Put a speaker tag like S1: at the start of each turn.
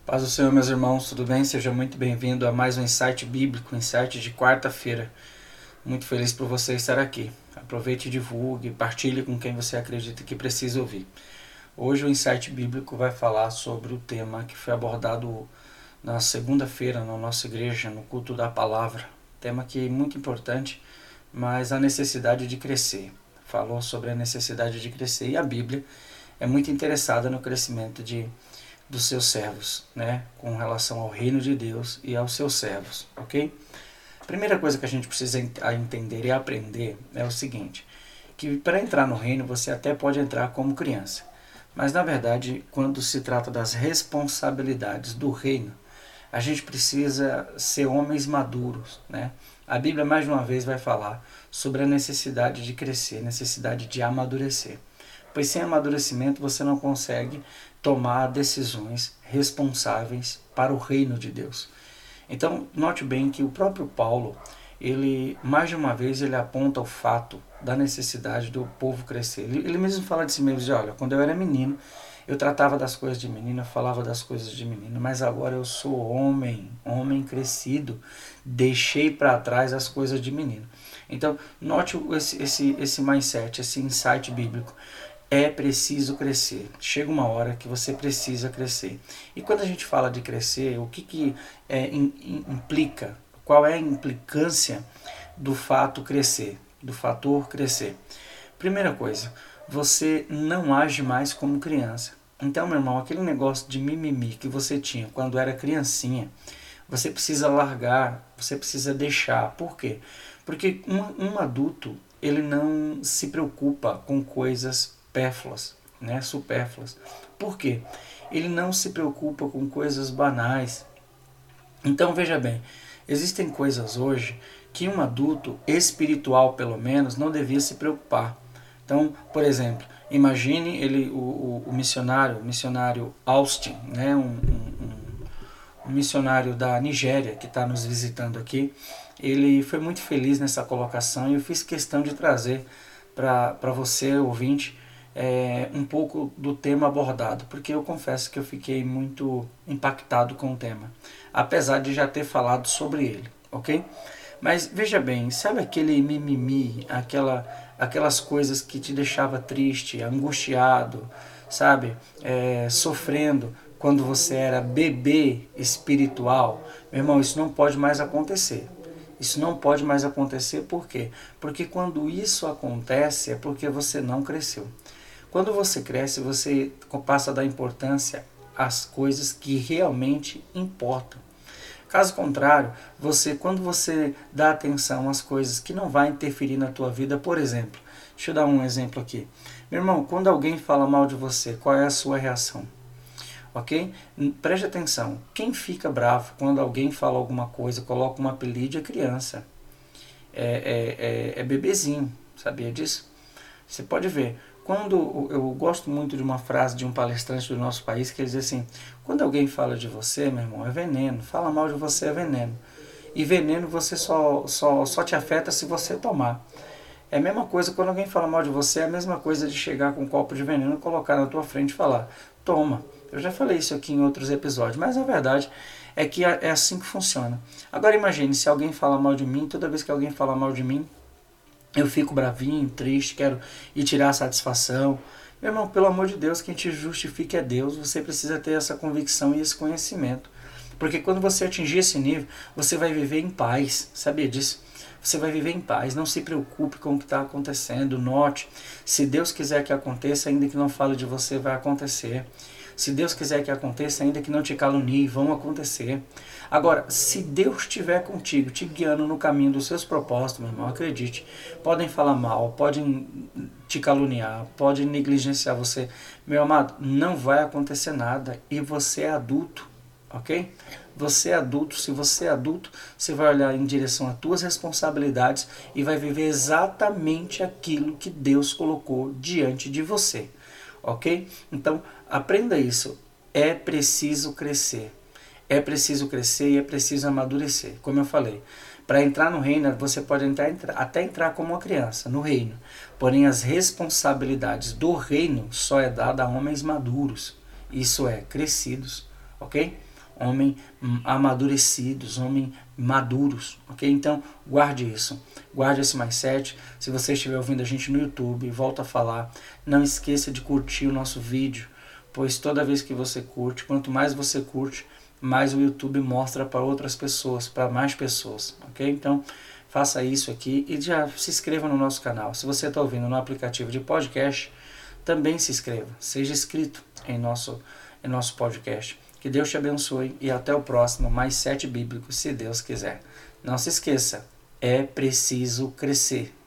S1: Paz do Senhor, meus irmãos, tudo bem? Seja muito bem-vindo a mais um Insight Bíblico, Insight de quarta-feira. Muito feliz por você estar aqui. Aproveite e divulgue, partilhe com quem você acredita que precisa ouvir. Hoje o Insight Bíblico vai falar sobre o tema que foi abordado na segunda-feira na nossa igreja, no culto da palavra. Tema que é muito importante, mas a necessidade de crescer. Falou sobre a necessidade de crescer e a Bíblia é muito interessada no crescimento dos seus servos, né, com relação ao reino de Deus e aos seus servos, ok? A primeira coisa que a gente precisa entender e aprender é o seguinte, que para entrar no reino você até pode entrar como criança, mas na verdade quando se trata das responsabilidades do reino, a gente precisa ser homens maduros, né? A Bíblia mais de uma vez vai falar sobre a necessidade de crescer, necessidade de amadurecer. Pois sem amadurecimento você não consegue tomar decisões responsáveis para o reino de Deus. Então, note bem que o próprio Paulo, ele mais de uma vez ele aponta o fato da necessidade do povo crescer. Ele mesmo fala de si mesmo, diz, olha, quando eu era menino, eu tratava das coisas de menino, eu falava das coisas de menino, mas agora eu sou homem crescido, deixei para trás as coisas de menino. Então, note esse mindset, esse insight bíblico. É preciso crescer. Chega uma hora que você precisa crescer. E quando a gente fala de crescer, o que implica? Qual é a implicância do fato crescer, do fator crescer? Primeira coisa, você não age mais como criança. Então, meu irmão, aquele negócio de mimimi que você tinha quando era criancinha, você precisa largar, você precisa deixar. Por quê? Porque um adulto, ele não se preocupa com coisas supérfluas. Por quê? Ele não se preocupa com coisas banais. Então veja bem, existem coisas hoje que um adulto espiritual, pelo menos, não devia se preocupar. Então, por exemplo, imagine o missionário Austin, né, um missionário da Nigéria que está nos visitando aqui. Ele foi muito feliz nessa colocação e eu fiz questão de trazer para você, ouvinte, um pouco do tema abordado, porque eu confesso que eu fiquei muito impactado com o tema, apesar de já ter falado sobre ele, ok? Mas veja bem, sabe aquele mimimi, aquelas coisas que te deixava triste, angustiado, sabe? Sofrendo quando você era bebê espiritual? Meu irmão, isso não pode mais acontecer. Isso não pode mais acontecer, por quê? Porque quando isso acontece é porque você não cresceu. Quando você cresce, você passa a dar importância às coisas que realmente importam. Caso contrário, quando você dá atenção às coisas que não vão interferir na tua vida, por exemplo, deixa eu dar um exemplo aqui. Meu irmão, quando alguém fala mal de você, qual é a sua reação? Ok? Preste atenção. Quem fica bravo quando alguém fala alguma coisa, coloca um apelido, é criança. É bebezinho. Sabia disso? Você pode ver. Quando eu gosto muito de uma frase de um palestrante do nosso país que ele diz assim: quando alguém fala de você, meu irmão, é veneno. Fala mal de você é veneno. E veneno você só te afeta se você tomar. É a mesma coisa quando alguém fala mal de você, é a mesma coisa de chegar com um copo de veneno, colocar na tua frente e falar: toma. Eu já falei isso aqui em outros episódios, mas a verdade é que é assim que funciona. Agora imagine, se alguém fala mal de mim, toda vez que alguém fala mal de mim, eu fico bravinho, triste, quero ir tirar a satisfação. Meu irmão, pelo amor de Deus, quem te justifica é Deus. Você precisa ter essa convicção e esse conhecimento. Porque quando você atingir esse nível, você vai viver em paz. Sabia disso? Você vai viver em paz. Não se preocupe com o que está acontecendo. Note, se Deus quiser que aconteça, ainda que não fale de você, vai acontecer. Se Deus quiser que aconteça, ainda que não te calunie, vão acontecer. Agora, se Deus estiver contigo, te guiando no caminho dos seus propósitos, meu irmão, acredite, podem falar mal, podem te caluniar, podem negligenciar você. Meu amado, não vai acontecer nada e você é adulto, ok? Você é adulto, se você é adulto, você vai olhar em direção às tuas responsabilidades e vai viver exatamente aquilo que Deus colocou diante de você, ok? Então, aprenda isso, é preciso crescer. É preciso crescer e é preciso amadurecer. Como eu falei, para entrar no reino, você pode até entrar como uma criança no reino. Porém, as responsabilidades do reino só é dada a homens maduros. Isso é, crescidos. Ok? homens amadurecidos, homens maduros, ok? Então, guarde isso. Guarde esse mindset. Se você estiver ouvindo a gente no YouTube, volta a falar. Não esqueça de curtir o nosso vídeo, pois toda vez que você curte, quanto mais você curte, mais o YouTube mostra para outras pessoas, para mais pessoas, ok? Então, faça isso aqui e já se inscreva no nosso canal. Se você está ouvindo no aplicativo de podcast, também se inscreva. Seja inscrito em nosso podcast. Que Deus te abençoe e até o próximo, mais 7 bíblicos, se Deus quiser. Não se esqueça, é preciso crescer.